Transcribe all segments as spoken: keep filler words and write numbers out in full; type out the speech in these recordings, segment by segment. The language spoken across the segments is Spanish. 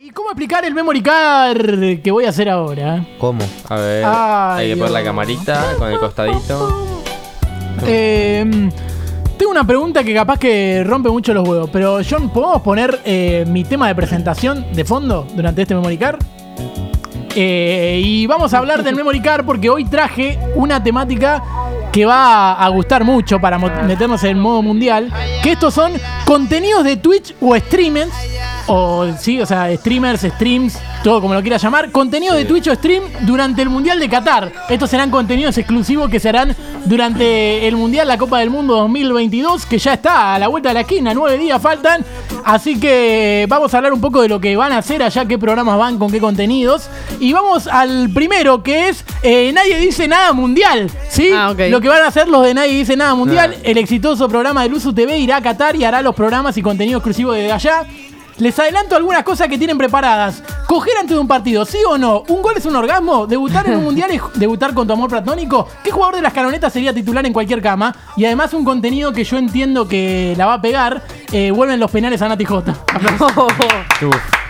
¿Y cómo explicar el memory card que voy a hacer ahora? ¿Cómo? A ver, Ay, hay que poner la Dios. camarita con el costadito. Eh, tengo una pregunta que capaz que rompe mucho los huevos, pero John, ¿podemos poner eh, mi tema de presentación de fondo durante este memory card? Eh, y vamos a hablar del memory card porque hoy traje una temática que va a gustar mucho para mo- meternos en modo mundial, que estos son contenidos de Twitch o streamers, o sí, o sea, streamers, streams, todo como lo quieras llamar, contenidos de Twitch o stream durante el Mundial de Qatar. Estos serán contenidos exclusivos que se harán durante el Mundial, la Copa del Mundo dos mil veintidós, que ya está a la vuelta de la esquina, nueve días faltan, así que vamos a hablar un poco de lo que van a hacer allá, qué programas van, con qué contenidos, y vamos al primero, que es eh, Nadie Dice Nada Mundial, ¿sí? Ah, ok. Lo que van a hacer los de Nadie Dice Nada Mundial, Ah. el exitoso programa de Luzu T V irá a Qatar y hará los programas y contenido exclusivo desde allá. Les adelanto algunas cosas que tienen preparadas. Coger antes de un partido, ¿sí o no? ¿Un gol es un orgasmo? ¿Debutar en un mundial es debutar con tu amor platónico? ¿Qué jugador de las canonetas sería titular en cualquier cama? Y además un contenido que yo entiendo que la va a pegar. Eh, vuelven los penales a Nati J. Uf.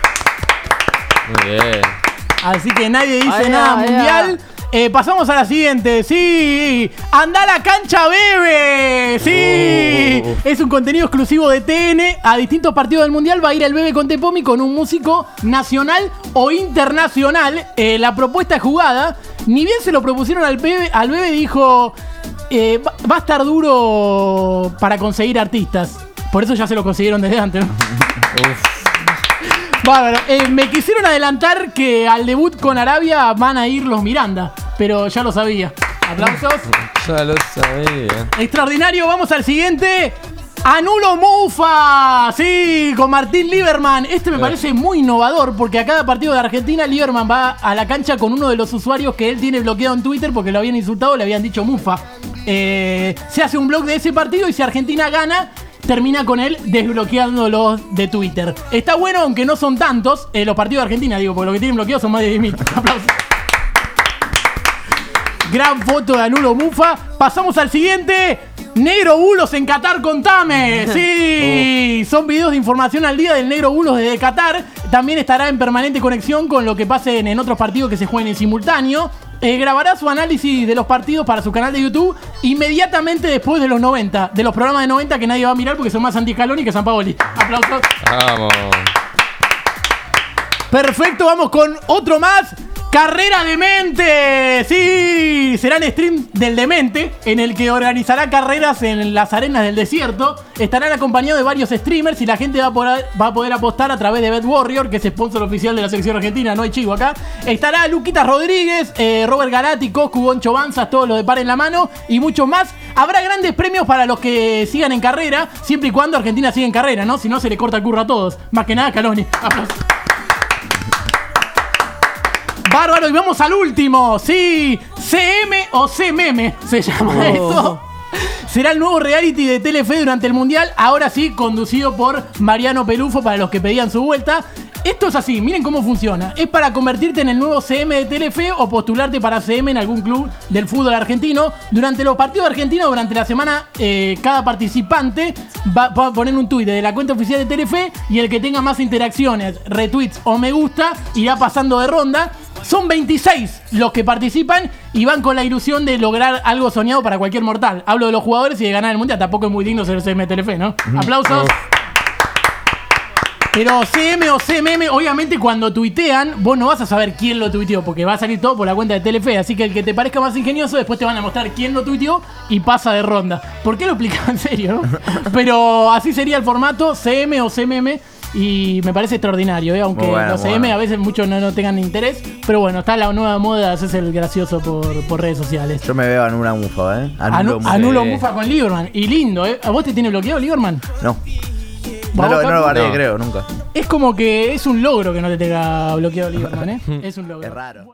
Muy bien. Así que Nadie Dice Ay, Nada ay, Mundial. Eh, pasamos a la siguiente. Sí, anda a la cancha, bebe. Sí, Uh. es un contenido exclusivo de T N. A distintos partidos del mundial va a ir el bebe con Tepomi con un músico nacional o internacional. Eh, la propuesta es jugada. Ni bien se lo propusieron al bebe, al bebe dijo: eh, va, va a estar duro para conseguir artistas. Por eso ya se lo consiguieron desde antes, ¿no? Uf. Bárbaro. Eh, me quisieron adelantar que al debut con Arabia van a ir los Miranda, pero ya lo sabía. Aplausos. Ya lo sabía. Extraordinario, vamos al siguiente. Anulo Mufa, sí, con Martín Lieberman. Este me parece muy innovador porque a cada partido de Argentina Lieberman va a la cancha con uno de los usuarios que él tiene bloqueado en Twitter porque lo habían insultado, le habían dicho Mufa. Eh, se hace un blog de ese partido y si Argentina gana, termina con él desbloqueándolos de Twitter. Está bueno, aunque no son tantos, eh, los partidos de Argentina, digo, porque lo que tienen bloqueados son más de diez mil. Aplausos. Gran foto de Anulo Mufa. Pasamos al siguiente. Negro Bulos en Qatar, contame. Sí, son videos de información al día del Negro Bulos desde Qatar. También estará en permanente conexión con lo que pase en, en otros partidos que se jueguen en simultáneo. Eh, grabará su análisis de los partidos para su canal de YouTube inmediatamente después de los noventa. De los programas de noventa que nadie va a mirar porque son más anti-Scaloni que Sampaoli. Aplausos. Vamos. Perfecto, vamos con otro más. Carrera Demente. Sí, serán stream del Demente en el que organizará carreras en las arenas del desierto. Estarán acompañados de varios streamers y la gente va a poder, va a poder apostar a través de Bet Warrior, que es sponsor oficial de la selección argentina. No hay chivo acá. Estará Luquitas Rodríguez, eh, Robert Garati, Coscu, Goncho Banzas, todos los de Par en la Mano y muchos más. Habrá grandes premios para los que sigan en carrera, siempre y cuando Argentina siga en carrera, ¿no? Si no, se le corta el curro a todos. Más que nada, Scaloni. Aplausos. Bárbaro, y vamos al último. Sí, C M o C-Meme se llama Oh. esto. Será el nuevo reality de Telefe durante el Mundial. Ahora sí, conducido por Mariano Pelufo para los que pedían su vuelta. Esto es así, miren cómo funciona. Es para convertirte en el nuevo C M de Telefe o postularte para C M en algún club del fútbol argentino. Durante los partidos argentinos, durante la semana, eh, cada participante va, va a poner un tuit de la cuenta oficial de Telefe y el que tenga más interacciones, retweets o me gusta irá pasando de ronda. Son veintiséis los que participan y van con la ilusión de lograr algo soñado para cualquier mortal. Hablo de los jugadores y de ganar el Mundial. Tampoco es muy digno ser C M de Telefe, ¿no? Aplausos. Pero C M o C-Meme, obviamente cuando tuitean, vos no vas a saber quién lo tuiteó, porque va a salir todo por la cuenta de Telefe. Así que el que te parezca más ingenioso, después te van a mostrar quién lo tuiteó y pasa de ronda. ¿Por qué lo explicaba en serio, no? Pero así sería el formato, C M o C-Meme. Y me parece extraordinario, ¿eh? Aunque Bueno, los C M bueno. a veces muchos no, no tengan interés. Pero bueno, está la nueva moda de hacerse el gracioso por, por redes sociales. Yo me veo en una mufa, ¿eh? Anu- mufa. Anulo Sí. Mufa con Lieberman. Y lindo, ¿eh? ¿A vos te tiene bloqueado Lieberman? No. No ¿Vos, lo, no lo Capu? barré, No. creo, nunca. Es como que es un logro que no te tenga bloqueado Lieberman, ¿eh? Es un logro. Es raro.